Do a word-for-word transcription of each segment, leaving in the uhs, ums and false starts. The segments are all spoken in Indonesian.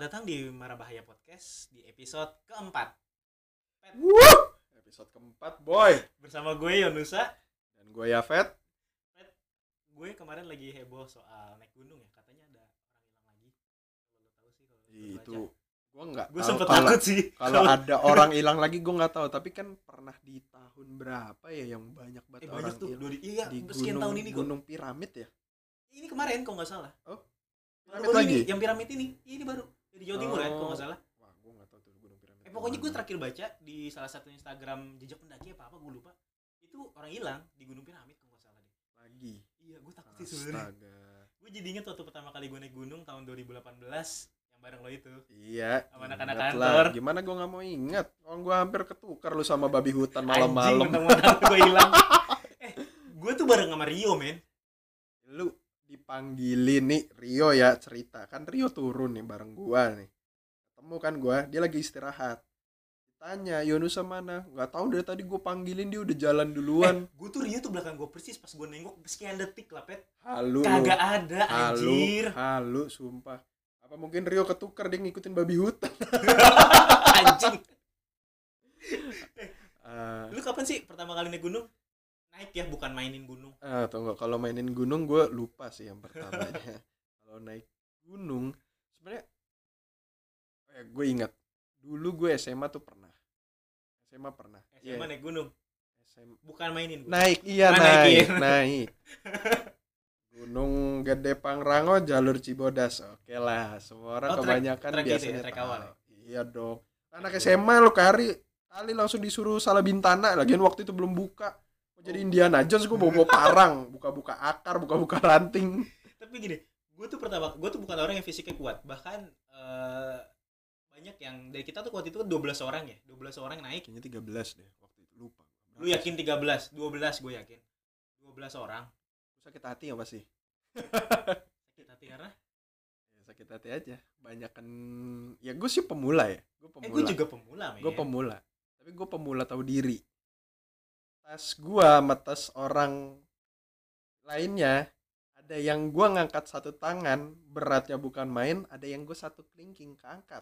Selamat datang di Marabahaya Podcast di episode keempat. Wuh, episode keempat, boy. Bersama gue Yonusa Dan gue Yafet. Fet, gue kemarin lagi heboh soal naik gunung ya. Katanya ada orang hilang lagi. Kalau lo tahu sih kalau lo Itu baca. gue nggak Gue tahu sempet kalau- takut sih. Kalau ada orang hilang lagi gue nggak tahu. Tapi kan pernah di tahun berapa ya yang banyak banget eh, orang banyak tuh. hilang Dua, iya, di sekian gunung, tahun ini kok. gunung piramid ya. Ini kemarin kalau nggak salah. Oh, Baru, piramid baru lagi. ini, yang piramid ini. Ini baru dari Jawa Timur ya, kalau nggak salah. Wah, gue nggak tahu tuh gunung piramid. Eh pokoknya gue mana. terakhir baca di salah satu Instagram jejak pendaki apa apa gue lupa. Itu orang hilang di gunung piramid kalau nggak salah deh. Lagi. Iya, gue takut sih sebenarnya. Astaga. Gue jadi inget waktu pertama kali gue naik gunung tahun dua ribu delapan belas yang bareng lo itu. Iya. Sama anak-anak ingat kantor. lah. Gimana gue nggak mau ingat? Orang gue hampir ketukar lu sama babi hutan Anjing, malam-malam. mentang-mentang gue hilang. Eh, gue tuh bareng sama Rio, men. Lu dipanggilin nih Rio ya, cerita kan Rio turun nih bareng gua nih, ketemu kan gua, dia lagi istirahat, ditanya Yonusa mana, nggak tahu dari tadi gua panggilin dia udah jalan duluan. Eh, gue tuh Rio tuh belakang gue persis pas gue nengok sekian detik lah, Pet. Halu lu, Kagak ada, halu anjir. halu sumpah. Apa mungkin Rio ketukar dia ngikutin babi hutan? Anjing. Ah, Lu kapan sih pertama kali naik gunung? Naik ya, bukan mainin gunung. ah tunggu, kalau mainin gunung gua lupa sih yang pertamanya. Kalau naik gunung sebenarnya, eh, gue ingat dulu gue S M A tuh pernah, S M A pernah, S M A Iya. naik gunung, S M A bukan mainin gunung. naik, iya Ah, naik, naikin. naik. Gunung Gede Pangrango, jalur Cibodas. Oke lah, semua orang Oh, trek- kebanyakan trek itu ya, biasanya trek tahu. awal ya? Iya dong. Anak S M A lo kali kali langsung disuruh salah bintana. Lagian waktu itu belum buka. Mau jadi Oh. Indiana Jones, gue bawa parang, buka-buka akar, buka-buka ranting. Tapi gini, gue tuh pertama, gue tuh bukan orang yang fisiknya kuat. Bahkan eh, banyak yang dari kita tuh waktu itu dua belas orang ya, dua belas orang naik. Kayaknya tiga belas deh waktu itu, lupa. Lu yakin tiga belas? dua belas gue yakin. dua belas orang. Sakit hati apa sih? Sakit hati karena Ya, sakit hati aja. Banyakan ya gue sih pemula ya. Gue eh pemula. gue juga pemula, men. Gue pemula. Tapi gue pemula tahu diri. Tas gua sama tas orang lainnya, ada yang gua ngangkat satu tangan, beratnya bukan main, ada yang gua satu kelingking keangkat.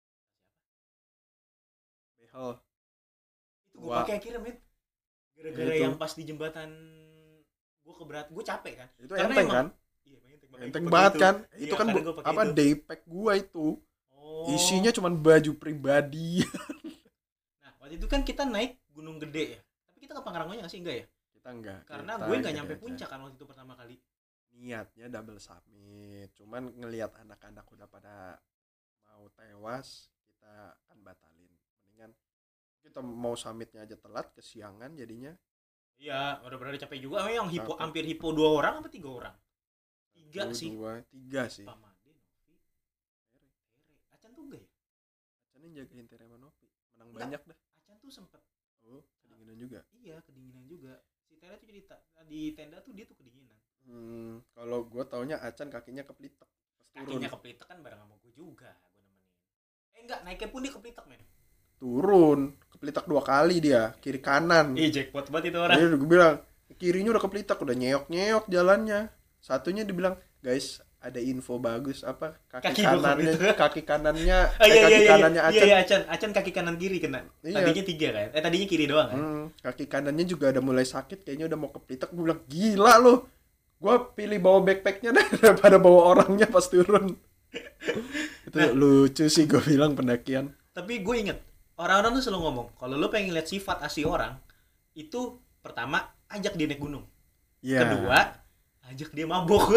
Behel. Itu gue Wah. pakai akhirnya, men. Gara-gara Itu. yang pas di jembatan gue keberat, gue capek kan. Itu Karena enteng emang- kan? Iya, makanya makanya Enteng gua banget pakai kan? Iya, Itu kan karena bu- gua pakai apa itu. day pack gua itu. Oh. Isinya cuman baju pribadi. Nah, waktu itu kan kita naik Gunung Gede ya. Tapi kita ke Pangrangonya nggak sih? Enggak ya? Kita enggak. Karena kita gue nggak gede nyampe aja. puncak kan waktu itu pertama kali. Niatnya double summit, cuman ngelihat anak-anak udah pada mau tewas, kita kan batalin. Mendingan kita mau summitnya aja telat, kesiangan jadinya. Iya, udah benar capek juga. Oh, yang hipo Capek. hampir hipo dua orang apa tiga orang? Tiga Satu, sih. dua, tiga sih. Pamade, Novi, Tere, Tere. Acan tuh enggak ya? Acan yang jagain Tere sama Novi. Menang Enggak. banyak dah. Acan tuh sempet Oh, kedinginan juga. iya kedinginan juga. Si Tere tuh jadi ta- di tenda tuh dia tuh kedinginan. Hmm, kalau gue taunya Acan kakinya kepelitek pas turun. Kakinya kepelitek kan bareng sama gue juga, gue nemenin. Eh enggak, naiknya pun dia kepelitek, men. Turun, kepelitek dua kali dia, kiri kanan. Ih, jackpot banget itu orang. Jadi gue bilang, kirinya udah kepelitek, udah nyeok-nyeok jalannya. Satunya dibilang, guys, ada info bagus apa kaki, Kaki gua kanannya, kepelitek. kaki kanannya, Oh, eh, iya, kaki iya, iya, kanannya iya, Acan. iya, Acan, Acan kaki kanan kiri kena. Iya. Tadinya tiga kan? Eh tadinya kiri doang kan? Hmm, kaki kanannya juga ada mulai sakit, kayaknya udah mau kepelitek. Gue bilang, gila lo, gue pilih bawa backpacknya deh daripada bawa orangnya pas turun. Itu Nah. lucu sih gue bilang pendakian. Tapi gue inget, orang-orang tuh selalu ngomong, kalau lo pengen lihat sifat asli orang, itu pertama ajak dia naik gunung. Iya. Kedua, ajak dia mabok.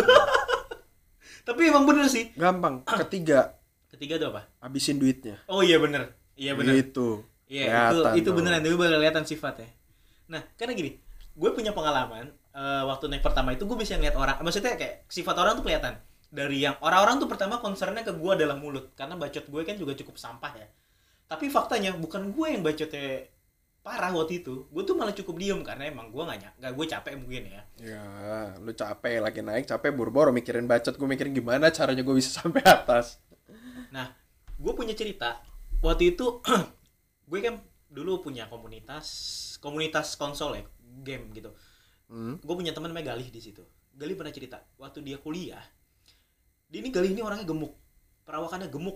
Tapi emang bener sih. Gampang. Ketiga, Ketiga tuh apa? habisin duitnya. Oh iya bener. Iya bener. Itu. Iya, itu Kelihatan itu tuh. beneran, itu bakal kelihatan sifatnya. Nah, karena gini, gue punya pengalaman eh, waktu naik pertama itu gue bisa ngeliat orang, maksudnya kayak sifat orang tuh kelihatan. Dari yang orang-orang tuh pertama concernnya ke gue adalah mulut, karena bacot gue kan juga cukup sampah ya. Tapi faktanya bukan gue yang bacotnya parah waktu itu, gue tuh malah cukup diem karena emang gue nggak nyak, nggak gue capek mungkin ya. Ya, lu capek lagi naik, capek buru-buru mikirin bacot, gue mikirin gimana caranya gue bisa sampai atas. Nah, gue punya cerita waktu itu, gue kan dulu punya komunitas, komunitas konsol ya, game gitu. Hmm. Gue punya teman namanya Galih di situ. Galih pernah cerita waktu dia kuliah, dia ini Galih ini orangnya gemuk, perawakannya gemuk banget.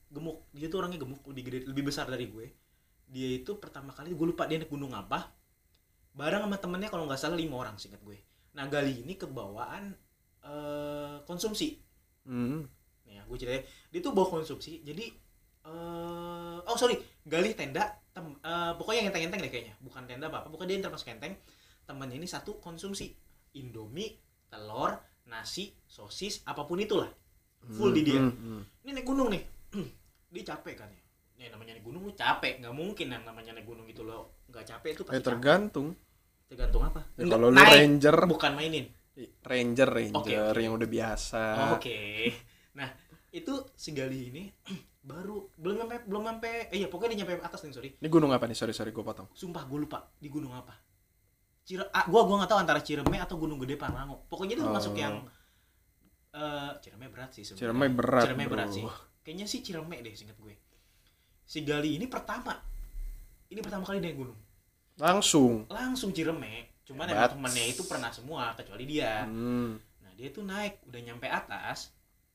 gemuk. Dia tuh orangnya gemuk, lebih gede, lebih besar dari gue. Dia itu pertama kali gue lupa dia naik gunung apa. Bareng sama temennya kalau nggak salah lima orang singkat gue. Nah Gali ini kebawaan uh, konsumsi. Hmm. Nih ya, gue ceritain. Dia tuh bawa konsumsi. Jadi uh, oh sorry, Gali tenda. Tem, uh, pokoknya yang enteng-enteng deh kayaknya. Bukan tenda apa-apa. Pokoknya dia yang termasuk enteng. Temennya ini satu konsumsi. Indomie, telur, nasi, sosis, apapun itulah. Full hmm, di dia. hmm, hmm. Ini naik gunung nih. Dia capek kan ya. Ya namanya naik gunung lu capek, nggak mungkin yang namanya naik gunung itu lo nggak capek itu pasti. Ya tergantung. Capek. Tergantung apa? Ya, kalau lu ranger, bukan mainin. Ranger, ranger okay, okay. yang udah biasa. Oh, Oke. Okay. Nah itu si Gali ini baru belum sampai belum sampai, eh ya pokoknya dia nyampe atas nih sorry. Ini gunung apa nih? Sorry sorry gue potong. Sumpah gue lupa di gunung apa. Cire, ah, gue gue nggak tahu antara Cireme atau Gunung Gede Pangrango. Pokoknya itu oh. masuk yang uh, Cireme berat sih sebenarnya. Cireme berat. Cireme bro. berat sih. Kayaknya sih Cireme deh singkat gue. Si Gali ini pertama ini pertama kali naik gunung langsung langsung Cireme, cuman emang temennya itu pernah semua kecuali dia. hmm. Nah dia tuh naik udah nyampe atas.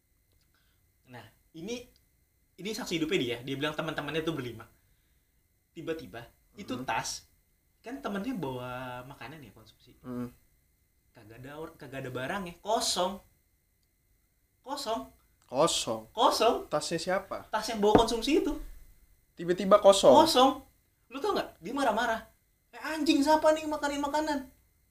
Nah ini ini saksi hidupnya dia dia bilang teman-temannya tuh berlima tiba-tiba hmm. itu tas kan temennya bawa makanan ya konsumsi. hmm. kagak ada kagak ada barang ya, kosong kosong kosong kosong tasnya siapa? Tas yang bawa konsumsi itu tiba-tiba kosong. Kosong. Lu tau nggak? Dia marah-marah. Eh anjing siapa nih makanin makanan?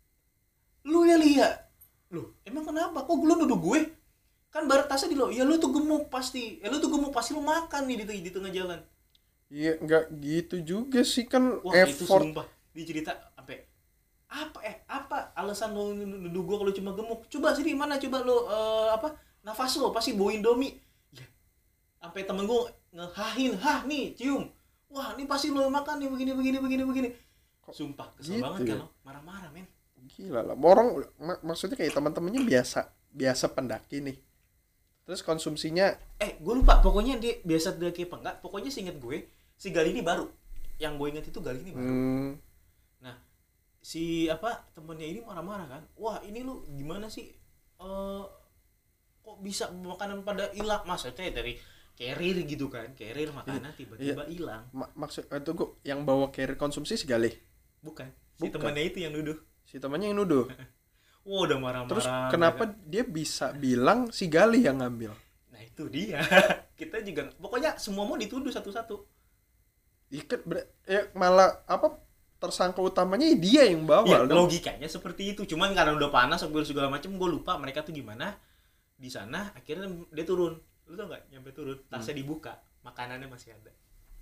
Lu ya lihat. Lu emang kenapa? Kok lu nuduh gue? Kan barat tasnya di lo. Ya lu tuh gemuk pasti. Ya lu tuh gemuk pasti lu makan nih di, di tengah jalan. Iya nggak gitu juga sih kan. Wah, effort. Itu sumpah. Dia cerita sampai apa eh apa alasan lu nuduh gue kalau cuma gemuk? Coba sini mana coba lu uh, apa? Nafas lo pasti bawa Indomie. Ya. Sampai temen gue ngehahin, hah nih cium, wah ini pasti lo makan nih begini begini begini begini. Sumpah kesel gitu banget ya? Kan lo marah-marah men. Gila lah, orang mak- maksudnya kayak teman-temannya biasa biasa pendaki nih, terus konsumsinya eh gue lupa pokoknya dia biasa pendaki apa enggak, pokoknya seinget gue si Gali ini baru, yang gue inget itu Gali ini baru. hmm. Nah si apa temennya ini marah-marah kan, wah ini lu gimana sih, uh, kok bisa makanan pada hilang, maksudnya dari carrier gitu kan, carrier makanan iya, tiba-tiba hilang. Iya. Ma- maksud itu gua yang bawa carrier konsumsi si Gali? Bukan, si Bukan. temannya itu yang nuduh. Si temannya yang nuduh. Wah, udah marah-marah. Terus kenapa kan? Dia bisa bilang si Gali yang ngambil? Nah, itu dia. Kita juga pokoknya semua mau dituduh satu-satu. Ikat ber- ya malah apa tersangka utamanya dia yang bawa. Ya, logikanya seperti itu. Cuman karena udah panas segala macam, gue lupa mereka tuh gimana. Di sana akhirnya dia turun. Lu tau gak nyampe turun tasnya hmm. dibuka, makanannya masih ada,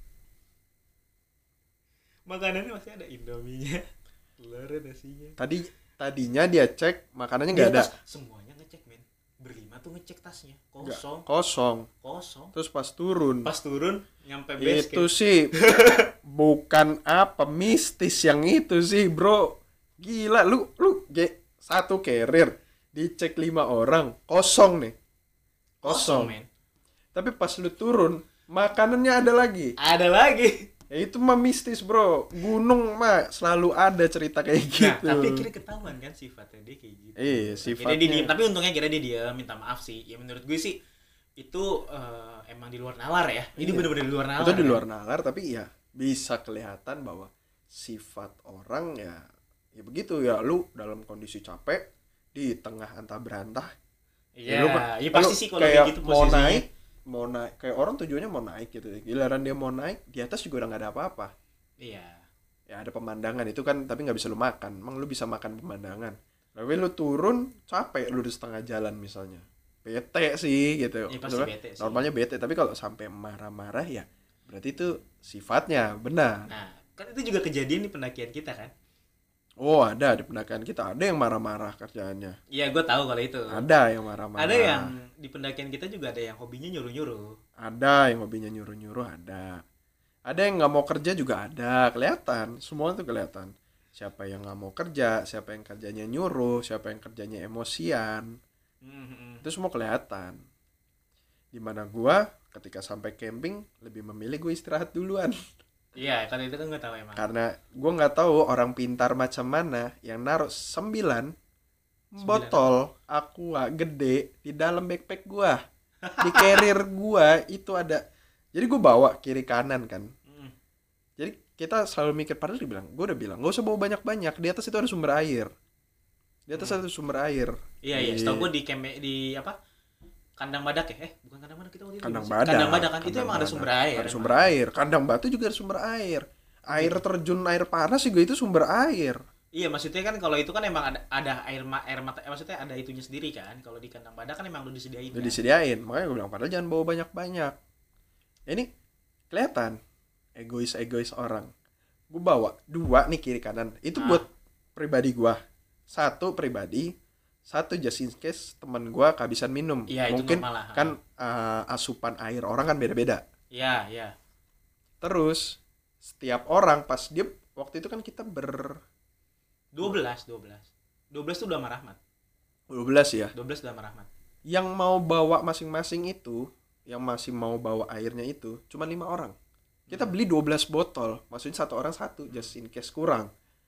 makanannya masih ada, Indominya, telur, nasinya. Tadi tadinya dia cek makanannya nggak ada. Semuanya ngecek men, berlima tuh ngecek tasnya kosong. Gak, kosong. Kosong. Terus pas turun. Pas turun nyampe base itu camp. Sih bukan apa mistis yang itu sih bro, gila lu lu ge, satu carrier dicek lima orang kosong nih, kosong, kosong men. Tapi pas lu turun, makanannya ada lagi. Ada lagi. Ya itu mah mistis bro. Gunung mah selalu ada cerita kayak gitu. Nah, tapi kira ketahuan kan sifatnya dia kayak gitu. Iya, sifatnya. Dia diem, tapi untungnya kira dia dia minta maaf sih. Ya menurut gue sih itu uh, emang di luar nalar ya. Ini iya. bener-bener di luar nalar. Itu di luar kan? nalar, tapi ya bisa kelihatan bahwa sifat orang ya ya begitu ya. Lu dalam kondisi capek di tengah antah berantah. Iya, ya, ya pasti sih kalau kayak gitu mau naik mau naik kayak orang tujuannya mau naik gitu, giliran dia mau naik di atas juga udah nggak ada apa-apa. Iya ya ada pemandangan itu kan, tapi nggak bisa lu makan. Emang lu bisa makan pemandangan, tapi lu turun capek, lu udah setengah jalan misalnya, bete sih gitu ya, pasti bete sih. Normalnya bete, tapi kalau sampai marah-marah ya berarti itu sifatnya benar. Nah kan itu juga kejadian di pendakian kita kan. Oh ada di pendakian kita, ada yang marah-marah kerjaannya. Iya gue tahu kalau itu. Ada yang marah-marah. Ada yang di pendakian kita juga ada yang hobinya nyuruh-nyuruh. Ada yang hobinya nyuruh-nyuruh, ada. Ada yang nggak mau kerja juga ada, kelihatan. Semua tuh kelihatan. Siapa yang nggak mau kerja, siapa yang kerjanya nyuruh, siapa yang kerjanya emosian. Mm-hmm. Itu semua kelihatan. Dimana gue ketika sampai camping lebih memilih gue istirahat duluan. Iya, karena itu kan gue tahu emang. Karena gue nggak tahu orang pintar macam mana yang naruh sembilan botol aqua gede di dalam backpack gue, di carrier gue itu ada Jadi gue bawa kiri kanan kan. Mm. Jadi kita selalu mikir, padahal dibilang, gue udah bilang gak usah bawa banyak-banyak, di atas itu ada sumber air. Di atas Hmm. ada sumber air. Iya iya, Di setahu gue di keme di apa? Kandang badak ya? Eh, bukan kandang badak kita waktu itu. kandang sih. badak. Kandang badak kan itu Kandang emang ada badak. sumber air. Ada emang. sumber air. Kandang batu juga ada sumber air. Air terjun, air panas juga itu sumber air. Iya, maksudnya kan kalau itu kan emang ada ada air ma air mata, eh, maksudnya ada itunya sendiri kan. Kalau di kandang badak kan emang udah disediain. Udah Kan? disediain. Makanya gue bilang, padahal jangan bawa banyak-banyak. Ini kelihatan egois-egois orang. Gue bawa dua nih kiri kanan. Itu Ah. buat pribadi gue. Satu pribadi, satu just in case teman gue kehabisan minum. Iya, itu Mungkin normal lah. kan uh, asupan air orang kan beda-beda. Iya, iya. Terus setiap orang pas dia waktu itu kan kita ber dua belas, dua belas. dua belas tuh udah sama Rahmat. dua belas ya. dua belas udah sama Rahmat. Yang mau bawa masing-masing itu, yang masih mau bawa airnya itu cuma lima orang. Kita beli dua belas botol, maksudnya satu orang satu, just in case kurang.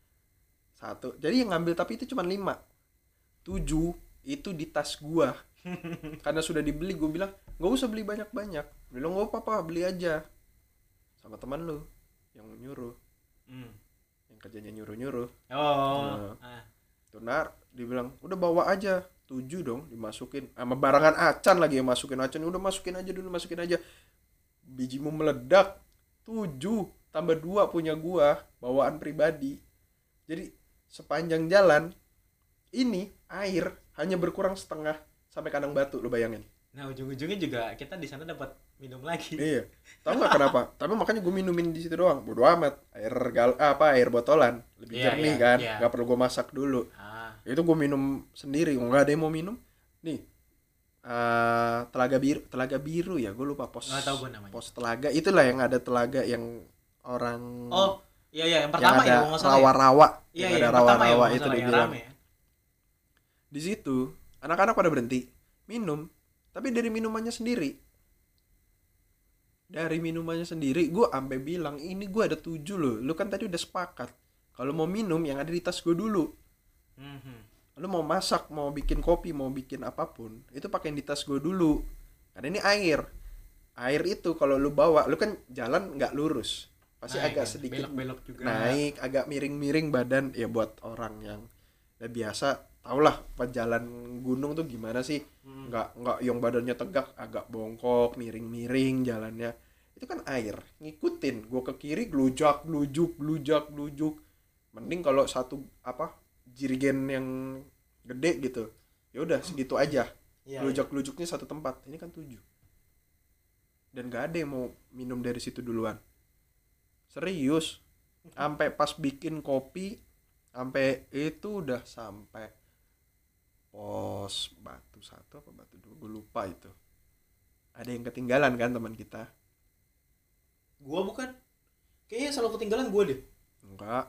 Satu. Jadi yang ngambil tapi itu cuma lima. Tujuh itu di tas gua. Karena sudah dibeli, gua bilang, "Gak usah beli banyak-banyak." Bilang, "Gak apa-apa, beli aja." Sama teman lu yang nyuruh, Hmm. yang kerjanya nyuruh-nyuruh. Oh. Nah. Ah. Tunar dibilang, "Udah bawa aja." Tujuh dong dimasukin. Sama barangan acan lagi yang masukin acan. Udah masukin aja dulu, masukin aja. Bijimu meledak. Tujuh tambah dua punya gua, bawaan pribadi. Jadi sepanjang jalan ini air hanya berkurang setengah sampai kandang batu, lo bayangin. Nah, ujung-ujungnya juga kita di sana dapat minum lagi. Iya. Tahu nggak kenapa? Tapi makanya gue minumin di situ doang. Bodo amat. Air gal apa air botolan lebih Iya, jernih iya, kan. iya. Gak perlu gue masak dulu. Ah. Itu gue minum sendiri. Nggak ada yang mau minum. Nih. eh, telaga biru, telaga biru ya. Gue lupa pos. Nggak tahu gue namanya. Pos telaga. Itulah yang ada telaga yang orang. Oh, iya iya, yang yang pertama ada ya, kalau nggak salah. ya. rawa-rawa. Iya, yang iya, ada yang pertama ya, rawa-rawa kalau itu nggak salah, yang dibilang. rame ya. Di situ anak-anak pada berhenti minum, tapi dari minumannya sendiri. Dari minumannya sendiri, gue ampe bilang, "Ini gue ada tujuh loh. Lu kan tadi udah sepakat. Kalau mau minum yang ada di tas gue dulu. Mhm. Lu mau masak, mau bikin kopi, mau bikin apapun, itu pakai di tas gue dulu. Karena ini air. Air itu kalau lu bawa, lu kan jalan nggak lurus. Pasti Naik agak kan, sedikit belok-belok juga. naik, agak miring-miring badan. Ya buat orang yang udah biasa, tau lah jalan gunung tuh gimana sih. Hmm. Nggak nggak yang badannya tegak, agak bongkok, miring-miring jalannya. Itu kan air, ngikutin. Gue ke kiri, glujak, glujuk, glujak, glujuk. Mending kalau satu apa jirigen yang gede gitu, ya udah segitu aja. Iya, Glujak-glujuknya satu tempat. Ini kan tujuh. Dan gak ada yang mau minum dari situ duluan. Serius. Sampai pas bikin kopi, sampai itu udah sampai pos batu satu apa batu dua, gue lupa itu. Ada yang ketinggalan kan teman kita? Gua bukan. Kayaknya selalu ketinggalan gua deh. Enggak.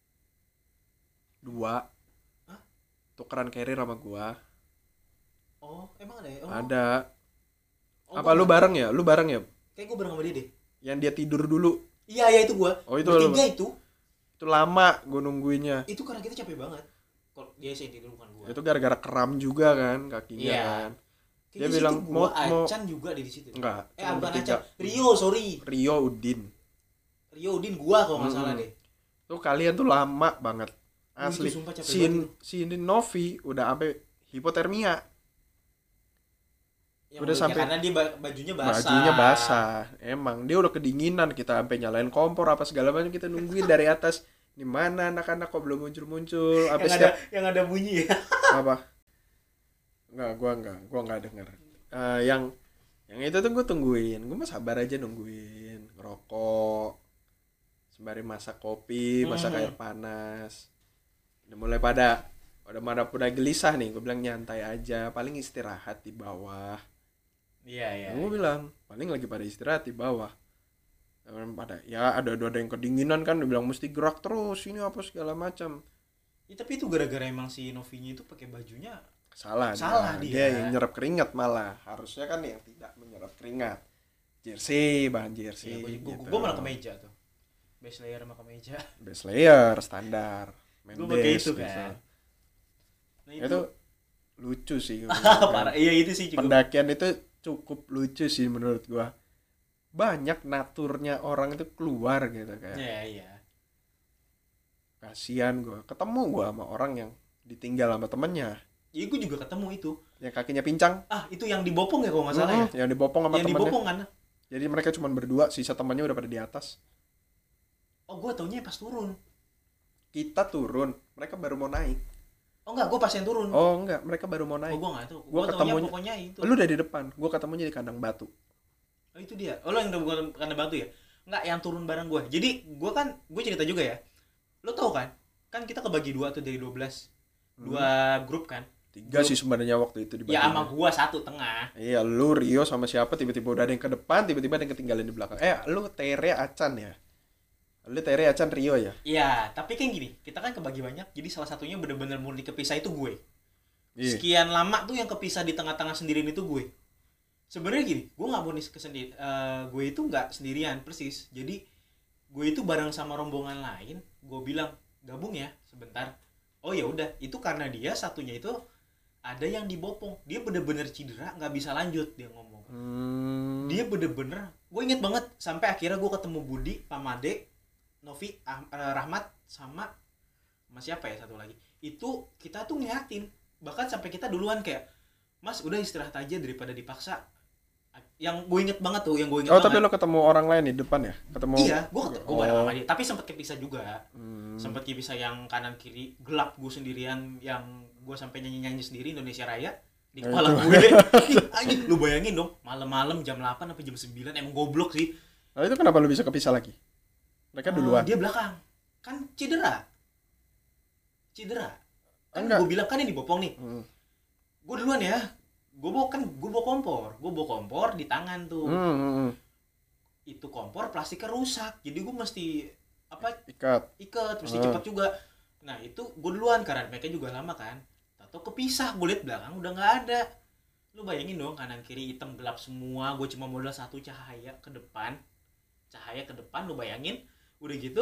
Dua. Hah? Tukeran carrier sama gua. Oh, emang ada ya? Oh. Ada. Oh, Apa gua lu nggak- bareng ya? Lu bareng ya? Kayak gua bareng sama dia deh. Yang dia tidur dulu. Iya, iya itu gua. Oh, itu Bertiga lu. itu. Itu lama gue nungguinnya. Itu karena kita capek banget. Kalau dia sih tidur bukan gua. Itu gara-gara kram juga kan kakinya Iya. kan. Kayaknya dia situ bilang, gua, mau- mau- Acan juga di situ. Enggak. Eh, cuma bukan bertiga. Acan. Rio, sorry. Rio Udin. Rio Udin gua kalau nggak Mm-mm. salah deh. Tuh kalian tuh lama banget. Oh, Asli. itu sumpah capek Si banget si Novi udah sampai hipotermia. Yang Udah mulutnya, sampai- karena dia ba- bajunya basah. Bajunya basah. Emang dia udah kedinginan, kita sampai nyalain kompor apa segala macam, kita nungguin dari atas. Di mana anak-anak kok belum muncul-muncul? Apa Yang ada setiap yang ada bunyi ya. apa? Enggak, gua enggak, gua enggak denger. Eh, yang yang itu tuh gue tungguin. Gue mah sabar aja nungguin, ngerokok. Sembari masak kopi, masak Mhm. air panas. Udah mulai pada udah pada pada gelisah nih, gue bilang nyantai aja, paling istirahat di bawah. Iya, iya. Gue bilang paling lagi pada istirahat di bawah. Dan pada ya ada ada yang kedinginan kan, dia bilang mesti gerak terus ini apa segala macam. Ya, tapi itu gara-gara emang si Novinya itu pakai bajunya. Salah, Salah dia. dia. Dia yang nyerap keringat malah. Harusnya kan yang tidak menyerap keringat. Jersey, bahan jersey. Iya, gua, gua, gitu. gua malah kemeja tuh. Base layer sama kemeja. Base layer standar. Main Gua pakai base, itu gitu. kan. Nah, itu, Itu lucu sih. parah. Iya itu sih juga. Pendakian itu cukup lucu sih menurut gua. banyak naturnya orang itu keluar gitu kayak. Iya, iya. Kasihan gue, ketemu gue sama orang yang ditinggal sama temennya Iya, gue juga ketemu itu. yang kakinya pincang. Ah, itu yang dibopong ya kalau nggak salah ya. Mm, yang dibopong sama Yang temennya. dibopong kan? Jadi mereka cuma berdua, sisa temannya udah pada di atas. Oh, gue taunya pas turun. Kita turun, mereka baru mau naik. Oh enggak, gue pas yang turun. Oh enggak, mereka baru mau Oh, naik. gue nggak tahu. Gua Gue taunya ketemunya- pokoknya itu. Lu udah di depan, gue ketemunya di kandang batu. Oh, itu dia. Oh, lo yang bukan karena batu ya? Enggak, yang turun bareng gue. Jadi, gue kan, gue cerita juga ya. Lo tau kan? Kan kita kebagi dua tuh dari dua belas. Dua grup kan? Tiga Grup- sih sebenarnya waktu itu di Ya sama bagiannya. gue satu tengah. Iya, lu Rio sama siapa tiba-tiba udah ada yang ke depan, tiba-tiba ada yang ketinggalan di belakang. Eh, lu Tere Acan ya? Lu Tere Acan Rio ya? Iya, tapi kan gini, kita kan kebagi banyak. Jadi salah satunya bener-bener murni kepisah itu gue. Iya. Sekian lama tuh yang kepisah di tengah-tengah sendirian itu gue. Sebenarnya gini, gue nggak murni kesendiri, eh, gue itu nggak sendirian persis. Jadi gue itu bareng sama rombongan lain. Gue bilang gabung ya sebentar. Oh ya udah, itu karena dia satunya itu ada yang dibopong. Dia bener-bener cedera, nggak bisa lanjut dia ngomong. Hmm. Dia bener-bener, gue inget banget sampai akhirnya gue ketemu Budi, Pamade, Novi, Ah- eh, Rahmat sama sama siapa ya satu lagi. Itu kita tuh ngeliatin, bahkan sampai kita duluan kayak, Mas udah istirahat aja daripada dipaksa. Yang gue inget banget tuh, yang gue inget Oh, banget. tapi lu ketemu orang lain di depan ya? Ketemu. Iya, gue ketemu gue bareng Oh. sama dia. Tapi sempat kepisah juga. Hmm. Sempat kepisah yang kanan kiri gelap, gue sendirian, yang gue sampai nyanyi nyanyi sendiri Indonesia Raya di Nah, kepala itu. gue. Ih, anjing, lu bayangin dong, malam-malam jam delapan sampai jam sembilan emang goblok sih. Nah, itu kenapa lu bisa kepisah lagi? Mereka duluan. Eh, dia belakang. Kan cedera. Cedera. Kan Enggak. gue bilang kan ini dibopong nih. Hmm. Gue duluan ya. Gue bawa kan gue bawa kompor. Gue bawa kompor di tangan tuh. Hmm, hmm, hmm. Itu kompor plastiknya rusak. Jadi gue mesti apa Ikat. ikat, mesti Ah. cepat juga. Nah, itu gue duluan karena mereka juga lama kan. Tahu kepisah, gue liat belakang udah nggak ada. Lu bayangin dong, kanan kiri hitam gelap semua. Gue cuma modal satu cahaya ke depan. Cahaya ke depan, lu bayangin. Udah gitu,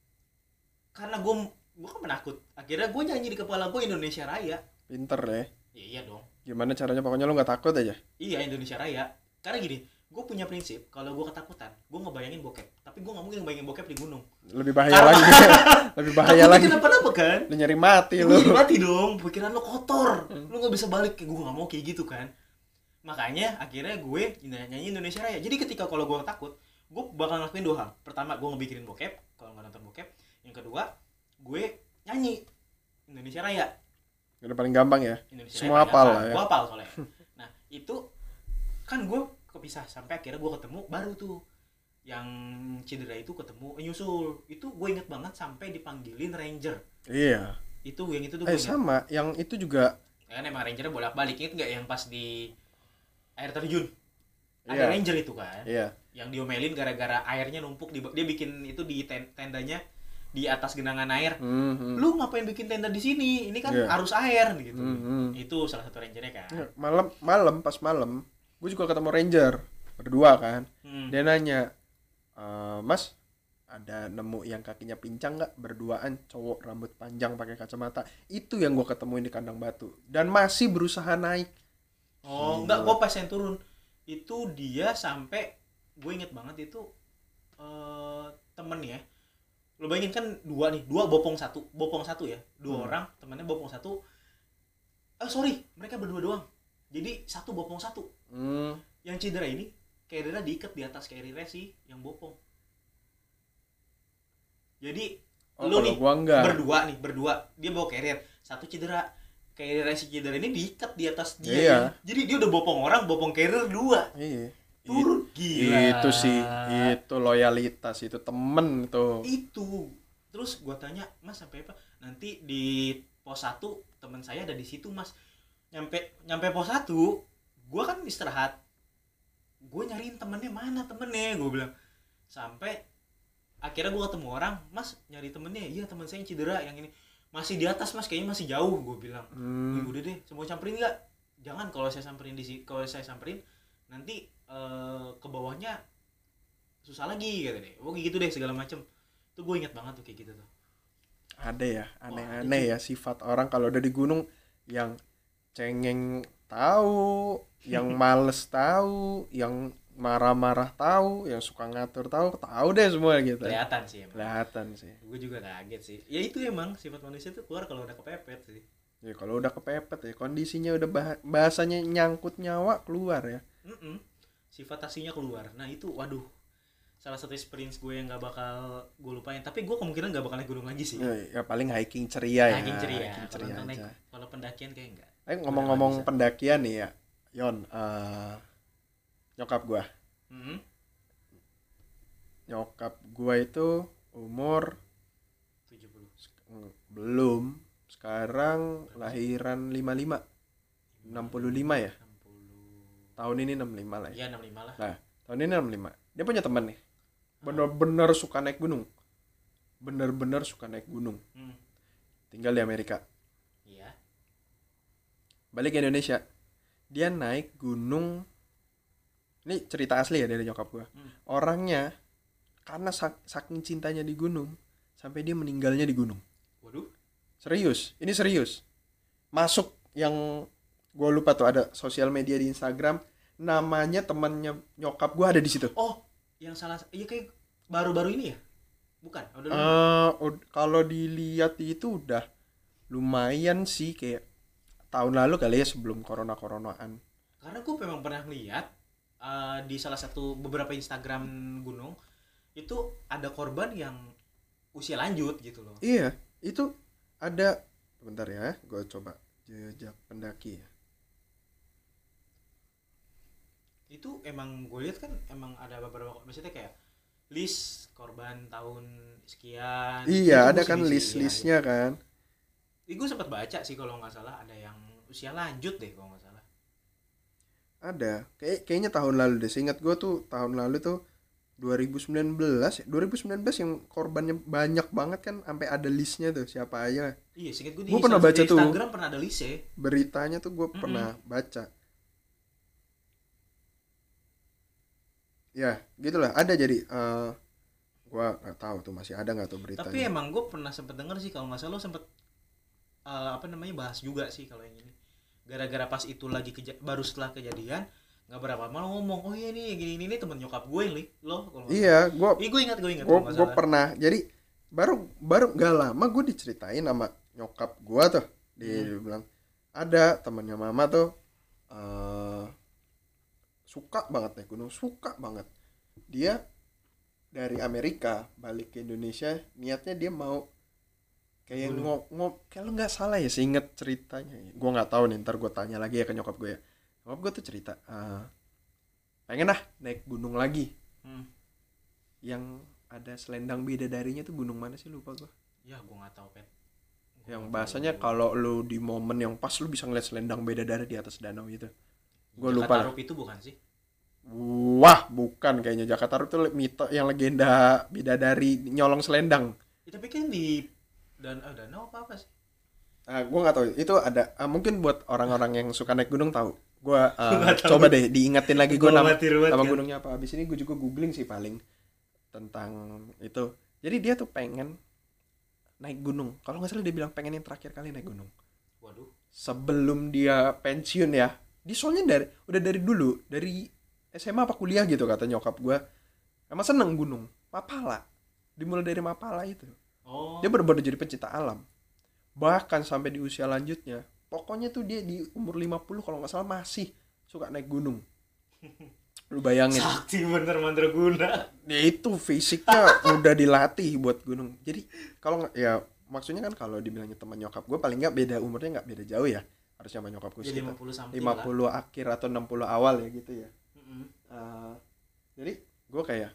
karena gue gue kan penakut. Akhirnya gue nyanyi di kepala gue Indonesia Raya. Pinter ya. Ya, iya dong. Gimana caranya pokoknya lu nggak takut aja. Iya, Indonesia Raya. Karena gini, gue punya prinsip kalau gue ketakutan, gue ngebayangin bokep. Tapi gue nggak mungkin ngebayangin bokep di gunung. Lebih bahaya Karena- lagi. Lebih bahaya Takutnya lagi. kenapa-napa kan? Lu nyari mati Lu lu. mati dong, pikiran lo kotor. Lu nggak bisa balik, kayak gue nggak mau kayak gitu kan. Makanya akhirnya gue nyanyi Indonesia Raya. Jadi ketika kalau gue takut, gue bakal ngelakuin dua hal. Pertama, gue ngebikinin bokep kalau nggak nonton bokep. Yang kedua, gue nyanyi Indonesia Raya. Udah paling gampang ya. Indonesia Semua Raya hafal paling lah ya. Gue hafal soalnya. Nah, itu kan gue kepisah sampai akhirnya gue ketemu baru tuh yang cedera itu ketemu eh, nyusul. Itu gue inget banget sampai dipanggilin ranger. Iya. Itu yang itu tuh Eh gue inget. sama, yang itu juga. Kan emang rangernya bolak-balik. Inget nggak yang pas di air terjun? Ada Iya. ranger itu kan, Iya. yang diomelin gara-gara airnya numpuk di, dia bikin itu di ten- tendanya di atas genangan air. Hmm, hmm. Lu ngapain bikin tenda di sini? Ini kan Iya. arus air gitu. Hmm, hmm. Itu salah satu rangernya kan. Malam malam pas malam, gue juga ketemu ranger berdua kan. Hmm. Dia nanya, "E, Mas, ada nemu yang kakinya pincang nggak? Berduaan, cowok rambut panjang pakai kacamata." Itu yang gue ketemuin di kandang batu dan masih berusaha naik. Oh, Gila. enggak, gua pas yang turun. Itu dia sampai gue inget banget itu eh temen ya. Lo bayangin kan dua nih, dua bopong satu, bopong satu ya. Dua Hmm. orang, temennya bopong satu. Eh sorry, mereka berdua doang. Jadi satu bopong satu. Hmm. Yang cedera ini carrier-nya diikat di atas carrier sih yang bopong. Jadi Oh, lu kalau nih gua enggak. berdua nih, berdua. Dia bawa carrier, satu cedera. Carrier si cedera ini diikat di atas dia. Iya. ya. Jadi dia udah bopong orang, bopong carrier dua. Iya. Turun gila. Itu sih, itu loyalitas, itu temen tuh. Itu. Terus gua tanya, "Mas sampai apa?" Nanti di pos satu teman saya ada di situ, Mas. Nyampe nyampe pos satu, gua kan istirahat. Gue nyariin temennya, mana temennya, gue bilang. Sampai akhirnya gue ketemu orang, "Mas nyari temennya?" "Iya, teman saya yang cedera yang ini." "Masih di atas Mas, kayaknya masih jauh," gue bilang. Hmm. "Wih, udah deh, mau samperin nggak?" "Jangan, kalau saya samperin di si- kalau saya samperin nanti eh, ke bawahnya susah lagi," kata deh. "Oh gitu deh, segala macem." Tuh gue ingat banget tuh kayak gitu tuh. Ada ya, Wah, aneh-aneh ada ya sifat orang kalau udah di gunung, yang cengeng tahu, yang males tahu, yang marah-marah tahu, yang suka ngatur tahu, tahu deh semua gitu. Kelihatan sih emang. Kelihatan sih. Gue juga kaget sih. Ya itu emang sifat manusia tuh keluar kalau udah kepepet sih. Ya kalau udah kepepet ya, kondisinya udah bah- bahasanya nyangkut nyawa keluar ya. Mm-mm. Sifat aslinya keluar. Nah itu waduh. Salah satu experience gue yang gak bakal gue lupain. Tapi gue kemungkinan gak bakal naik gunung lagi sih. Ya, ya paling hiking ceria ya. Hiking ceria. Hiking Kalau ceria untuk naik, aja. kalau pendakian kayak enggak. Eh Udah ngomong-ngomong nggak bisa. pendakian nih ya, Yon, eh, nyokap gua, Mm-mm. nyokap gua itu umur tujuh puluh. mm, belum, sekarang lahiran lima puluh lima, enam puluh lima ya, enam puluh. tahun ini enam puluh lima lah ya. Iya enam puluh lima lah. Nah, tahun ini enam puluh lima. Dia punya teman nih, bener-bener suka naik gunung, bener-bener suka naik gunung, Hmm. tinggal di Amerika. Iya. Balik ke Indonesia, dia naik gunung. Ini cerita asli ya dari nyokap gua. Hmm. Orangnya karena sak- saking cintanya di gunung sampai dia meninggalnya di gunung. Waduh. Serius, ini serius. Masuk yang gua lupa tuh, ada sosial media di Instagram, namanya temannya nyokap gua ada di situ. Oh, yang salah iya kayak baru-baru ini ya? Bukan. Udah lama. Eh, ud- kalau dilihat itu udah lumayan sih, kayak tahun lalu kali ya, sebelum corona-coronaan. Karena gue memang pernah lihat uh, di salah satu beberapa Instagram gunung itu ada korban yang usia lanjut gitu loh. Iya, itu ada, bentar ya, gua coba jejak pendaki ya. Itu emang gue lihat kan emang ada beberapa, maksudnya kayak list korban tahun sekian. Iya, Itu ada gua kan sih- list-listnya kan. Ih, gue sempat baca sih kalau nggak salah ada yang usia lanjut deh kalau nggak salah. Ada. Kayak kayaknya tahun lalu deh. Seingat gue tuh tahun lalu tuh dua ribu sembilan belas ya. dua ribu sembilan belas yang korbannya banyak banget kan, sampai ada listnya tuh siapa aja. Iya, singkat gue di Gua pernah salah baca satu tuh. Instagram pernah ada list ya. Beritanya tuh gue Mm-mm. pernah baca. Ya, gitulah. Ada jadi eh gua nggak tahu tuh masih ada nggak tuh beritanya. Tapi emang gue pernah sempet denger sih kalau nggak salah lo sempet uh, apa namanya bahas juga sih kalau yang ini. Gara-gara pas itu lagi keja- baru setelah kejadian nggak berapa lama lo ngomong, oh iya nih gini ini nih temen nyokap gue nih lo. Kalau nggak Iya, gua salah. Ih, gue ingat gue ingat gue kalau nggak gue salah. pernah, jadi baru baru nggak lama gue diceritain sama nyokap gue tuh, dia Hmm. bilang ada temannya mama tuh eh suka banget naik gunung, suka banget. Dia dari Amerika balik ke Indonesia, niatnya dia mau kayak Gunung. ngop ngop kalau nggak salah ya, seinget ceritanya. Gue nggak tahu nih, ntar gue tanya lagi ya ke nyokap gue ya. Nyokap gue tuh cerita, eh, pengen ah naik gunung lagi. Hmm. Yang ada selendang bidadarinya tuh gunung mana sih, lupa gue. Ya gue nggak tahu pet. Gua Yang nggak bahasanya tahu. kalau lu di momen yang pas lu bisa ngeliat selendang bidadari di atas danau gitu. Gue Jakarta lupa lah. Rup itu bukan sih? Wah, bukan kayaknya. Jakarta Rup tuh mito yang legenda bidadari nyolong selendang. Ya, tapi kan di dan ah, danau apa apa sih? Ah, gue nggak tahu. Itu ada. ah, mungkin buat orang-orang yang suka naik gunung tahu. Gue Nggak tahu. coba deh diingetin lagi gue Gua nama, amatir banget nama kan. gunungnya apa. Abis ini gue juga googling sih paling tentang itu. Jadi dia tuh pengen naik gunung. Kalau nggak salah dia bilang pengen yang terakhir kali naik gunung Waduh. sebelum dia pensiun ya. Dia soalnya dari udah dari dulu, dari S M A apa kuliah gitu kata nyokap gue, emang seneng gunung. Mapala, dimulai dari Mapala itu. Oh. Dia benar-benar jadi pencinta alam. Bahkan sampai di usia lanjutnya, pokoknya tuh dia di umur lima puluh kalau nggak salah masih suka naik gunung. Lu bayangin. Sakti bener mandraguna. Ya itu fisiknya udah dilatih buat gunung. Jadi kalau nggak, ya maksudnya kan kalau dibilangnya teman nyokap gue, paling nggak beda umurnya, nggak beda jauh ya. Harusnya sama nyokap gue Jadi sekitar lima puluh something lima lah. puluh akhir atau enam puluh awal ya gitu ya. Mm-mm. Uh, jadi gue kayak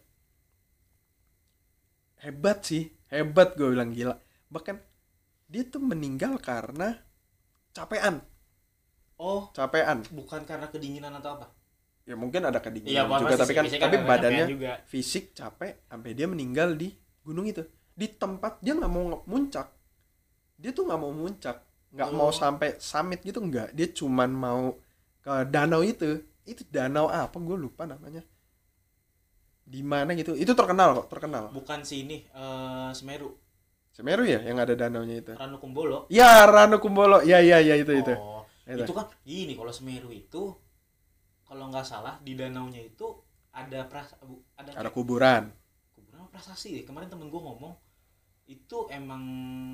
hebat sih, hebat gue bilang, gila. Bahkan dia tuh meninggal karena capean, Oh, capean. bukan karena kedinginan atau apa? Ya mungkin ada Iya, kedinginan pasti juga, sih, tapi kan biasanya tapi ada badannya capean juga. fisik capek sampai dia meninggal di gunung itu. Di tempat dia nggak mau muncak, dia tuh nggak mau muncak, nggak Oh. mau sampai summit gitu, nggak. Dia cuman mau ke danau itu. Itu danau apa? Gue lupa namanya. Di mana gitu? Itu terkenal kok, terkenal. Bukan si ini eh, Semeru, Semeru ya yang ada danaunya itu. Ranu Kumbolo. Ya, Ranu Kumbolo. Ya, ya, ya itu itu. Oh, Itu. itu kan gini, kalau Semeru itu kalau nggak salah di danaunya itu ada pras bu- ada Ada kayak kuburan. kuburan apa prasasti deh. Kemarin temen gue ngomong itu emang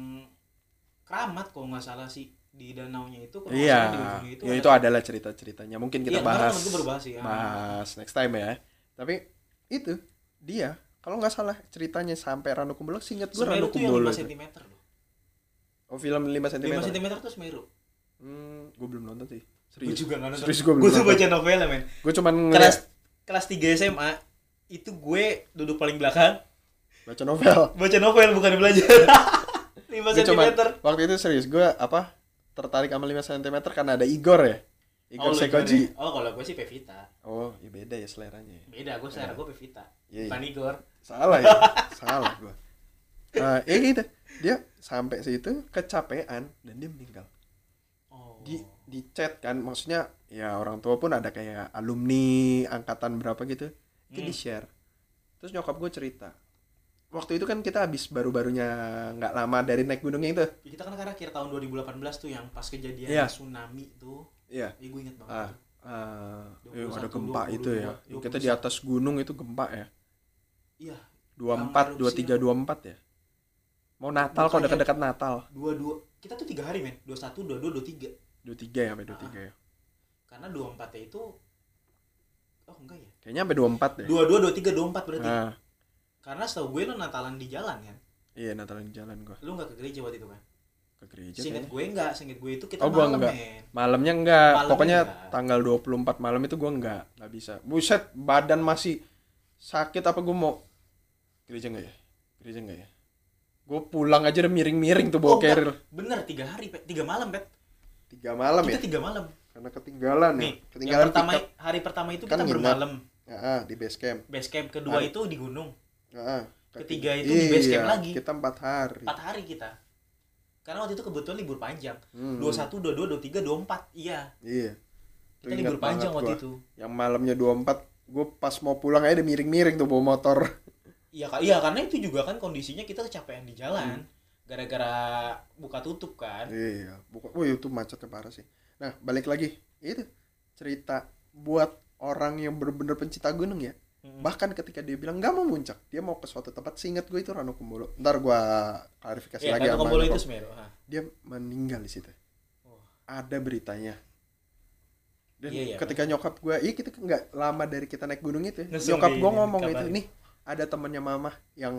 keramat kalau nggak salah sih di danaunya itu, kalau nggak Iya, salah di ujungnya itu ya ada. itu adalah cerita-ceritanya. Mungkin kita Iya, kemarin bahas temen gue baru bahas sih. Ah. bahas next time ya. Tapi itu dia kalau nggak salah ceritanya sampai Ranu Kumbolo, singkat gue Semeru Ranu tuh yang Kumbolo lima itu. sentimeter loh. Oh, film lima lima sentimeter. sentimeter tuh Semeru. Hmm, gue belum nonton sih. Gue Serius. juga nggak nonton. Serius gue belum Gue tuh nonton. baca novelnya men. Gue cuman Kelas ngeliat kelas tiga S M A itu gue duduk paling belakang baca novel. baca novel bukan belajar. lima Gue cuman sentimeter. waktu itu serius gue apa tertarik sama lima sentimeter karena ada Igor ya. Igor Oh, lu Sekoji. gimana? Oh, kalau gue sih Pevita. Oh, ya beda ya seleranya ya. Beda, gue selera gue Pevita. Iya, Bukan iya. Igor. Salah ya. Salah gue. Nah, ya gitu. Dia sampai situ kecapean dan dia meninggal. Oh. Di di chat kan, maksudnya ya orang tua pun ada kayak alumni angkatan berapa gitu. Itu Hmm. di share. Terus nyokap gue cerita. Waktu itu kan kita habis baru-barunya nggak lama dari naik gunungnya itu. Ya, kita kan karena akhir tahun dua ribu delapan belas tuh yang pas kejadian Iya. tsunami tuh. Iya. Ya gue inget banget. Ah, tuh. ah, dua eh, puluh ada satu, gempa dua puluh itu dua, ya. dua Kita puluh di satu. atas gunung itu gempa ya. Iya. dua puluh empat, Sama dua puluh tiga, erupsi dua puluh empat ya. Mau Natal kok Bukannya- dekat-dekat Natal. dua dua kita tuh tiga hari men. dua puluh satu, dua puluh dua, dua puluh tiga. dua puluh tiga ya sampai dua puluh tiga ya. Karena dua puluh empat itu oh enggak ya. Kayaknya sampai dua puluh empat deh. dua puluh dua, dua puluh tiga, dua puluh empat berarti. Nah, Karena setahu gue lo Natalan di jalan kan. iya Natalan di jalan gua. Lu enggak ke gereja waktu itu kan? Ke gereja Seinget kayaknya. gue enggak, seinget gue itu kita Oh, gua malam enggak. men. Malamnya enggak, Malamnya pokoknya enggak. tanggal dua puluh empat malam itu gua enggak, enggak bisa. Buset, badan masih sakit apa gua mau gereja enggak ya? Gereja enggak ya? Gua pulang aja udah miring-miring tuh bawa Oh, enggak. carrier. Bener tiga hari, Pet. Tiga malam, Pet. Tiga malam Kita ya? tiga malam. Karena ketinggalan ya. Nih, yang Ketinggalan pertama pick up. hari pertama itu Kan kita baru nginep. malam. Heeh, di base camp. Base camp kedua Hari- itu di gunung. Heeh. Ketiga itu di base camp Iya, lagi. Kita empat hari. Empat hari kita. Karena waktu itu kebetulan libur panjang. Hmm. dua puluh satu, dua puluh dua, dua puluh tiga, dua puluh empat. Iya. Iya. Kita Ingat libur panjang banget waktu gua. itu. Yang malamnya dua puluh empat, gue pas mau pulang aja udah miring-miring tuh bawa motor. Iya, Kak. Iya, karena itu juga kan kondisinya kita kecapean di Hmm. jalan. Gara-gara buka tutup kan. Iya, bukan. Wih, itu macetnya parah sih. Nah, balik lagi. Itu cerita buat orang yang bener-bener pencinta gunung ya. Mm-mm. Bahkan ketika dia bilang nggak mau muncak, dia mau ke suatu tempat. Seingat gue itu Ranu Kumbolo. Ntar gue klarifikasi Iya, lagi karena sama Kombolo Rob. itu Semeru. Ha. Dia meninggal di situ. Oh. Ada beritanya. Dan Iya, iya, ketika nyokap gue, iya kita nggak lama dari kita naik gunung itu. Ya. Langsung Nyokap di- gue di- ngomong itu, dikabarin. nih ada temannya mama yang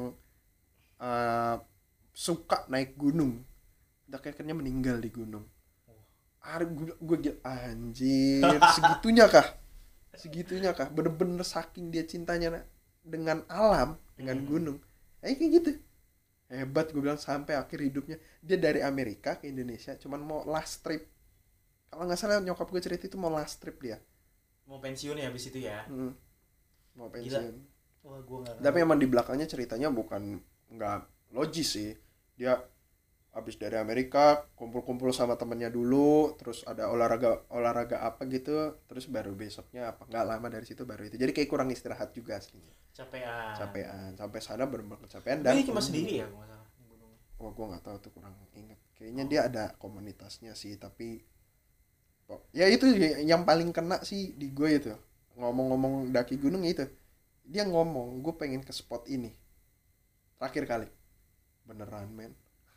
uh, suka naik gunung. Udah kayaknya meninggal di gunung. Ah, gue, gue gila, anjir, segitunya kah? Segitunya kah? Bener-bener saking dia cintanya na- dengan alam, dengan Hmm. gunung. Eh kayak gitu. Hebat, gue bilang, sampai akhir hidupnya dia dari Amerika ke Indonesia cuman mau last trip. Kalau nggak salah nyokap gue cerita itu mau last trip dia. Mau pensiun ya habis itu ya. Hmm. Mau pensiun. Wah, gua enggak. Tapi emang di belakangnya ceritanya bukan nggak logis sih. Dia habis dari Amerika kumpul-kumpul sama temennya dulu, terus ada olahraga olahraga apa gitu, terus baru besoknya apa nggak lama dari situ baru itu. Jadi kayak kurang istirahat juga aslinya. Capean. Capean sampai sana benar-benar kecapean Dan dan ini cuma sendiri ya, kalau nggak salah di gunung. Oh, gua nggak tahu tuh, kurang inget. Kayaknya dia ada komunitasnya sih, tapi oh, ya itu yang paling kena sih di gue itu. Ngomong-ngomong daki gunung itu. Dia ngomong, gue pengen ke spot ini. Terakhir kali. Beneran, men.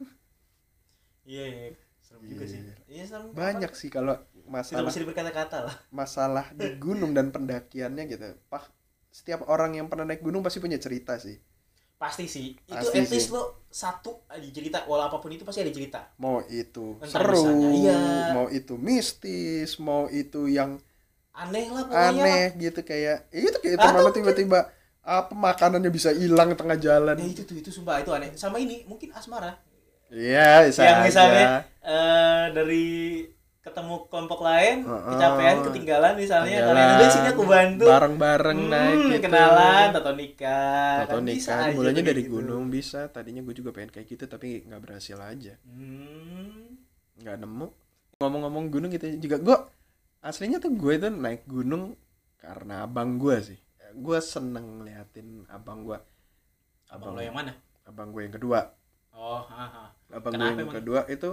Iya, iya. Serem juga sih. Iya. Iya, serem. Banyak sih kalau Tidak masalah bisa berkata-kata lah. masalah di gunung dan pendakiannya gitu. Pak, setiap orang yang pernah naik gunung pasti punya cerita sih. Pasti sih. Itu Pasti at least sih. lo satu aja cerita, walau apapun itu pasti ada cerita. Mau itu Entah seru, misalnya, iya. mau itu mistis, mau itu yang Aneh lah pokoknya. aneh gitu kayak ya itu kayak Atau teman tiba-tiba apa makanannya bisa hilang tengah jalan. Ya itu tuh, itu sumpah itu aneh. Sama ini mungkin asmara. Iya, bisa Yang aja. misalnya eh, dari ketemu kelompok lain, Heeh. kecapean, ketinggalan misalnya, Jalan, kalian udah sini aku bantu. bareng-bareng Hmm, naik gitu. kenalan, tato nikah. Tato Kan bisa nikah aja mulainya kayak dari gitu. gunung bisa. Tadinya gue juga pengen kayak gitu tapi nggak berhasil aja. Hmm. Nggak nemu. Ngomong-ngomong gunung gitu juga gue aslinya tuh gue itu naik gunung karena abang gue sih. Gue seneng ngeliatin abang gue. Abang lo yang mana? Abang gue yang kedua. Oh, haha. Abang Kenapa gue yang emang? kedua itu.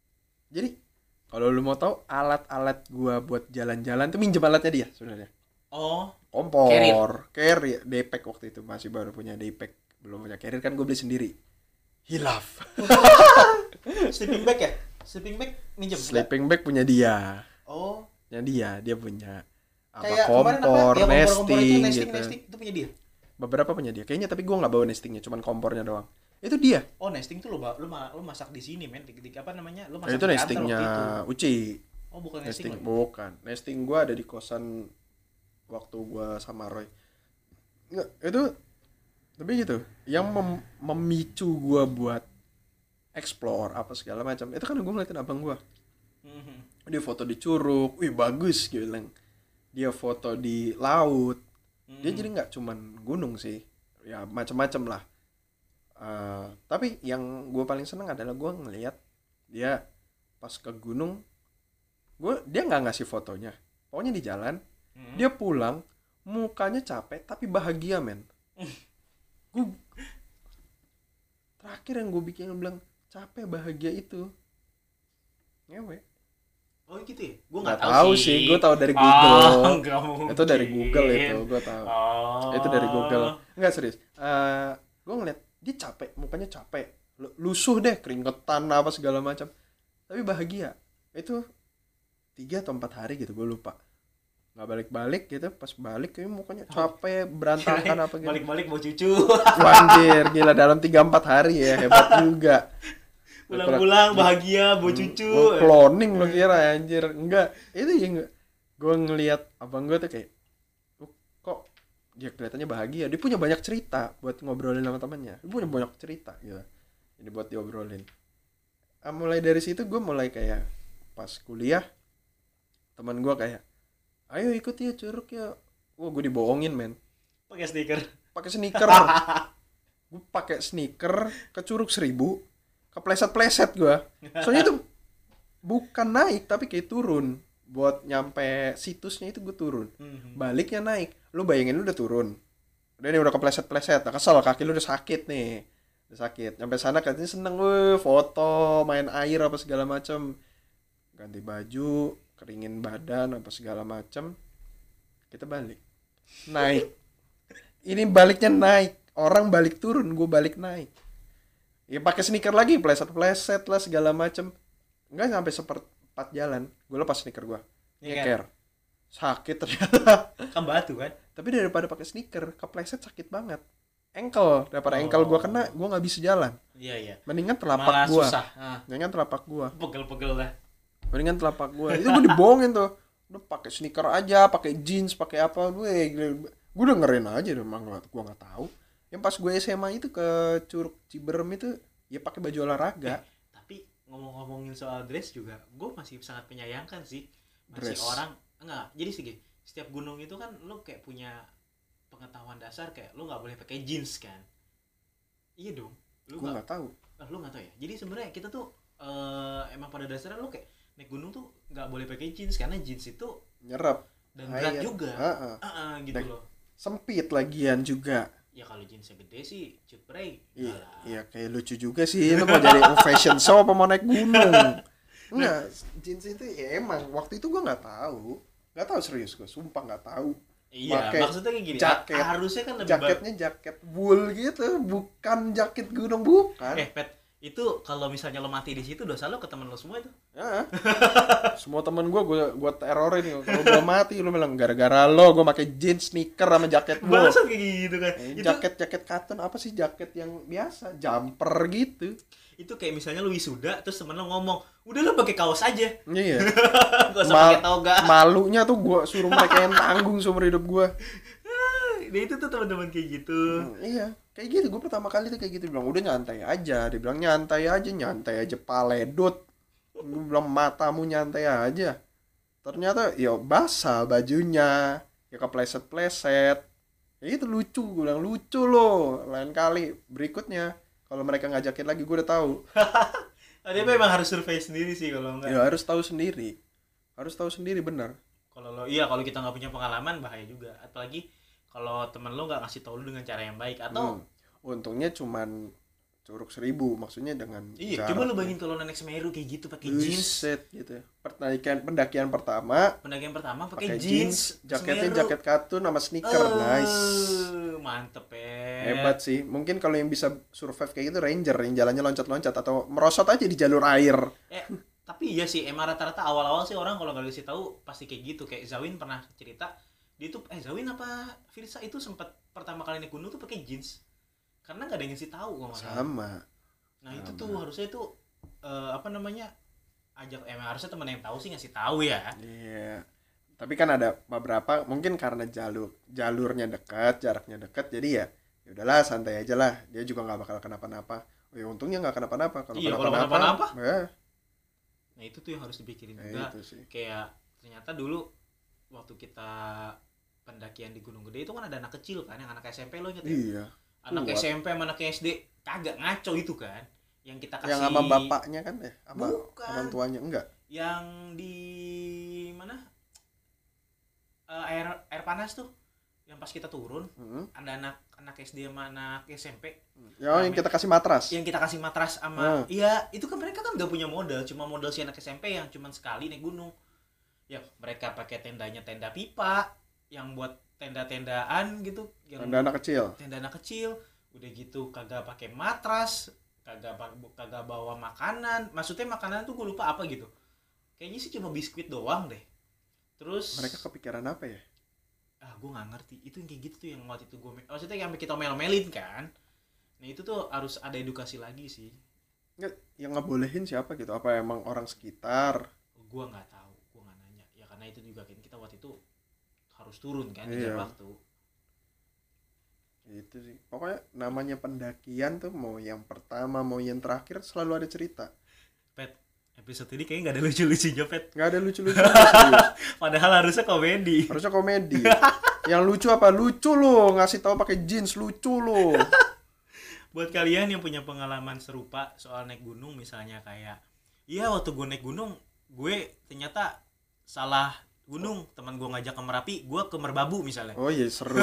Jadi kalau lu mau tahu alat-alat gue buat jalan-jalan tuh minjem alatnya dia sebenarnya. Oh, Kompor, carrier, Daypack waktu itu masih baru punya Daypack, belum punya carrier kan gue beli sendiri. Hilaf. sleeping bag ya? Sleeping bag minjem? Sleeping bag punya dia. Oh, Ya dia, dia punya apa kayak kemarin apa? kompor, Ya, kompor-kompor itu nesting, nesting, gitu. nesting itu punya dia. Beberapa punya dia. Kayaknya tapi gue nggak bawa nestingnya, cuman kompornya doang. Itu dia. Oh, nesting tuh lo ba- lo, ma- lo masak di sini, men. Di, di- apa namanya? Lo Nah, masak itu di kantor nestingnya waktu itu. Uci. Oh, bukan nesting. Nesting lo. bukan. Nesting gue ada di kosan waktu gue sama Roy. Nggak, itu tapi gitu. Yang mem- memicu gue buat explore apa segala macam. Itu kan gue ngeliatin abang gue. Mhm. Dia foto di curug, wih bagus gitu bilang. Dia foto di laut. Dia Mhm. jadi nggak cuman gunung sih, ya macam-macam lah. Eh, tapi yang gue paling seneng adalah gue ngelihat dia pas ke gunung, gue dia nggak ngasih fotonya, pokoknya di jalan. Mhm. Dia pulang mukanya capek tapi bahagia men. Gue terakhir yang gue bikin bilang capek bahagia itu ngewe. Oh gitu ya? Gue Nggak nggak tahu tahu sih, sih. gue tahu dari Google. Oh, nggak mungkin. Itu dari Google itu gue tahu. Oh. Itu dari Google. Enggak serius. Eh gue ngeliat dia capek, mukanya capek, Lu- lusuh deh, keringetan apa segala macam. Tapi bahagia. Itu tiga atau empat hari gitu, gue lupa. Nggak balik-balik gitu, pas balik kayak mukanya capek, berantakan apa gitu. Balik-balik mau cucu. Wanjir, gila dalam tiga empat hari ya, hebat juga. Pulang-pulang bahagia mau cucu. Gue cloning lo kira anjir. Enggak, itu ya enggak. Gue ngeliat abang gue tuh kayak, "Oh, kok dia kelihatannya bahagia, dia punya banyak cerita buat ngobrolin sama temannya, dia punya banyak cerita gitu, ini buat diobrolin." Ah, mulai dari situ gue mulai kayak pas kuliah, teman gue kayak, "Ayo ikut ya curug ya." Wah gue dibohongin men, Pakai stiker. pakai sneaker. Gue pakai sneaker ke Curug Seribu, kepleset-pleset gue. Soalnya itu bukan naik tapi kayak turun. Buat nyampe situsnya itu gue turun. Mhm. Baliknya naik. Lu bayangin lu udah turun. Udah nih udah kepleset-pleset. Nah, kesel kaki lu udah sakit nih. Udah sakit. Nyampe sana katanya seneng, weh, foto, main air apa segala macem. Ganti baju, keringin badan apa segala macem. Kita balik. Naik. Ini baliknya naik. Orang balik turun, gue balik naik. Ya pakai sneaker lagi, pleset-pleset lah segala macem. Enggak sampai seperempat jalan, gue lepas sneaker gue. Iya kan? Nyeker. Sakit ternyata. Kan batu kan? Tapi daripada pakai sneaker, kepleset sakit banget. Ankle, daripada Oh. ankle gue kena, gue nggak bisa jalan. Iya iya. Mendingan Malah telapak gue. susah. Ah, Mendingan telapak gue. pegel-pegel lah. Mendingan telapak gue. Itu gue dibohongin tuh. Udah pakai sneaker aja, pakai jeans, pakai apa gue. Gue dengerin aja deh, emang gue nggak tahu. Yang pas gue S M A itu ke Curug Ciberem itu, ya pakai baju olahraga. Tapi ngomong-ngomongin soal dress juga, gue masih sangat menyayangkan sih. Masih Dress. orang enggak. Jadi sih, setiap gunung itu kan lo kayak punya pengetahuan dasar kayak lo nggak boleh pakai jeans kan? Iya dong. Lo Gue nggak nggak tahu. ah, lo nggak tahu ya. Jadi sebenarnya kita tuh eh, emang pada dasarnya lo kayak naik gunung tuh nggak boleh pakai jeans karena jeans itu Nyerap. dan berat Air. juga. Ha-ha. Ah, ah, gitu Naik. loh. Sempit lagian juga. Ya kalau jeansnya gede sih cut break. Iya, Alah. iya kayak lucu juga sih. Lu mau jadi fashion show apa mau naik gunung? Enggak, jeans itu ya emang waktu itu gua nggak tahu. Nggak tahu serius gua, sumpah nggak tahu. Iya, Pakai maksudnya kayak gini. jaket. ah, Harusnya kan lebih ba- Jaketnya jaket wool gitu, bukan jaket gunung bukan. Eh, Pet, itu kalau misalnya lo mati di situ dosa lo ke temen lo semua itu. Ya. Semua temen gua gua gua terorin kalau gua mati lu bilang gara-gara lo gua pakai jeans, sneaker sama jaket wool. Bangsat kayak gitu kan. Eh, itu jaket-jaket cotton apa sih jaket yang biasa, jumper gitu. itu kayak misalnya lo wisuda terus temen lo ngomong, "Udah lo pakai kaos aja." Iya. Gak usah Ma- pakai toga. Malunya tuh gua suruh mereka yang tanggung seumur hidup gua. Nah, itu tuh teman-teman kayak gitu. Hmm, iya, kayak gitu. Gue pertama kali tuh kayak gitu bilang udah nyantai aja. Dia bilang nyantai aja, nyantai aja paledut. Gue bilang matamu nyantai aja. Ternyata ya basah bajunya, ya kepleset-pleset. Ya itu lucu, gue bilang lucu loh. Lain kali berikutnya kalau mereka ngajakin lagi gue udah tahu. Tapi memang harus survei sendiri sih kalau enggak. Ya harus tahu sendiri. Harus tahu sendiri benar. Kalau lo iya kalau kita nggak punya pengalaman bahaya juga. Apalagi kalau temen lo nggak ngasih tahu lo dengan cara yang baik atau Hmm. Untungnya cuman Curug Seribu, maksudnya dengan Iya, jarak. coba lu bayangin kalau naik Semeru kayak gitu pakai jeans. Buset gitu ya. Pendakian pendakian pertama Pendakian pertama pakai pakai jeans, jeans, jaketnya Semeru. jaket katun sama sneaker. Eh, Nice. Mantep ya. Hebat sih. Mungkin kalau yang bisa survive kayak gitu ranger yang jalannya loncat-loncat atau merosot aja di jalur air. Eh, tapi iya sih, emang rata-rata awal-awal sih orang kalau nggak dikasih tahu pasti kayak gitu. Kayak Zawin pernah cerita, dia tuh eh Zawin apa Firsa itu sempat pertama kali naik gunung tuh pakai jeans. Karena nggak ada yang ngasih tahu kalau nggak salah. Sama. Nah, itu tuh harusnya itu eh, apa namanya? Ajak emang harusnya teman yang tahu sih ngasih tahu ya. Iya. Tapi kan ada beberapa mungkin karena jalur jalurnya dekat, jaraknya dekat, jadi ya ya udahlah santai aja lah. Dia juga nggak bakal kenapa-napa. Oh ya untungnya nggak kenapa-napa. Kalau Iya, kalau kenapa-napa, kenapa-napa, ya, Nah, itu tuh yang harus dipikirin ya juga. itu sih. Kayak ternyata dulu waktu kita pendakian di Gunung Gede itu kan ada anak kecil kan, yang anak S M P lo inget ya? Iya. Anak Kuat. S M P sama anak S D kagak ngaco itu kan. Yang kita kasih Yang sama bapaknya kan ya, sama Bukan. orang tuanya enggak. yang di mana? Eh, air air panas tuh. Yang pas kita turun, Hmm. ada anak anak S D sama anak S M P Ya, yang kita kasih matras. yang kita kasih matras sama Hmm. iya, itu kan mereka kan gak punya modal, cuma modal si anak S M P yang cuma sekali naik gunung. Ya, mereka pakai tendanya tenda pipa yang buat tenda-tendaan gitu, yang Tanda anak kecil. tenda anak kecil. Udah gitu kagak pakai matras, kagak ba- kagak bawa makanan. Maksudnya makanan tuh gue lupa apa gitu. Kayaknya sih cuma biskuit doang deh. Terus Mereka kepikiran apa ya? ah gue nggak ngerti. Itu yang kayak gitu tuh yang waktu itu gue maksudnya yang kita mel-melin kan. Nah, itu tuh harus ada edukasi lagi sih. Nggak, yang ngebolehin siapa gitu? Apa emang orang sekitar? Gue nggak tahu, gue nggak nanya. Ya karena itu juga kan kita waktu itu harus turun kan Iya. di jam waktu. Itu sih. Pokoknya namanya pendakian tuh mau yang pertama mau yang terakhir selalu ada cerita. Pet, episode ini kayaknya nggak ada lucu-lucunya, Pet. Nggak ada lucu-lucu. Serius. Padahal harusnya komedi. Harusnya komedi. Yang lucu apa? Lucu lo ngasih tahu pakai jeans, lucu lo. Buat kalian yang punya pengalaman serupa soal naik gunung, misalnya kayak iya waktu gue naik gunung gue ternyata salah gunung, teman gue ngajak ke Merapi, gue ke Merbabu misalnya. Oh iya seru.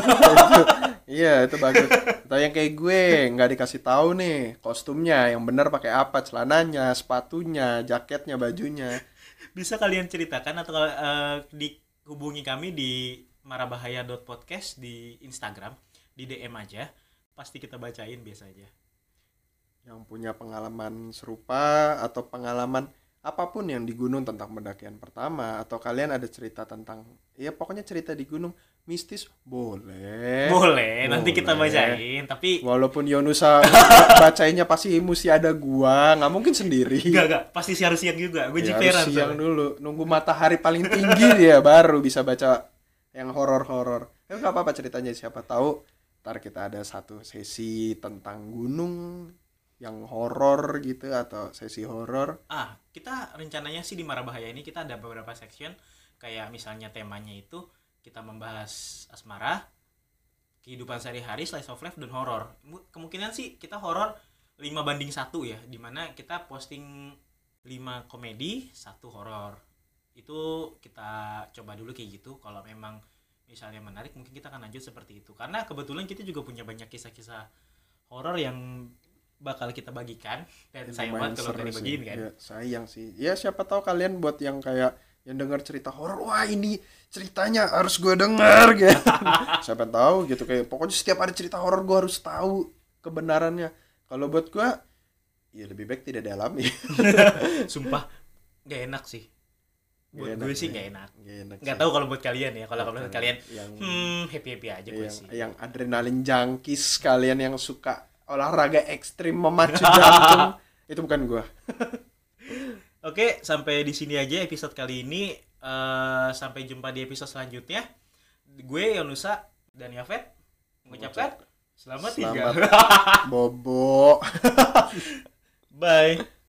Iya itu bagus. Atau yang kayak gue nggak dikasih tahu nih kostumnya yang benar pakai apa, celananya, sepatunya, jaketnya, bajunya. Bisa kalian ceritakan atau uh, dihubungi kami di marabahaya dot podcast di Instagram, di D M aja, pasti kita bacain biasa aja. Yang punya pengalaman serupa atau pengalaman apapun yang di gunung tentang pendakian pertama, atau kalian ada cerita tentang ya pokoknya cerita di gunung mistis boleh. Boleh, nanti kita Boleh. bacain, tapi Walaupun Yonusa bacainnya pasti mesti ada gua, nggak mungkin sendiri. enggak enggak, pasti siang siang juga. Gue Ya, jiperan harus siang soalnya. dulu, nunggu matahari paling tinggi dia baru bisa baca yang horor-horor. Ya nggak apa-apa ceritanya, siapa tahu ntar kita ada satu sesi tentang gunung yang horor gitu atau sesi horor. Ah, kita rencananya sih di Marabahaya ini kita ada beberapa section, kayak misalnya temanya itu kita membahas asmara, kehidupan sehari-hari, slice of life, dan horor. Kemungkinan sih kita horor lima banding satu ya, dimana kita posting lima komedi, satu horor. Itu kita coba dulu kayak gitu. Kalau memang misalnya menarik, mungkin kita akan lanjut seperti itu. Karena kebetulan kita juga punya banyak kisah-kisah horor yang bakal kita bagikan, dan sayang banget kalau tadi bagiin kan. Ya, sayang sih. Ya siapa tahu kalian buat yang kayak yang dengar cerita horor, wah ini ceritanya harus gue dengar gitu. Siapa tahu gitu, kayak pokoknya setiap ada cerita horor gue harus tahu kebenarannya. Kalau buat gue ya lebih baik tidak dialami. Sumpah gak enak sih. Buat Gak gue enak, sih ya. gak enak. Gak enak Gak sih. tahu kalau buat kalian ya. Kalau kalau buat kalian yang hmm happy happy aja gue yang, sih. yang adrenalin junkies, kalian yang suka olahraga ekstrim memacu jantung, itu bukan gue. Oke, sampai di sini aja episode kali ini. Eh, sampai jumpa di episode selanjutnya. Gue Yonusa dan Yafet mengucapkan selamat tinggal. Selamat bobo. Bye.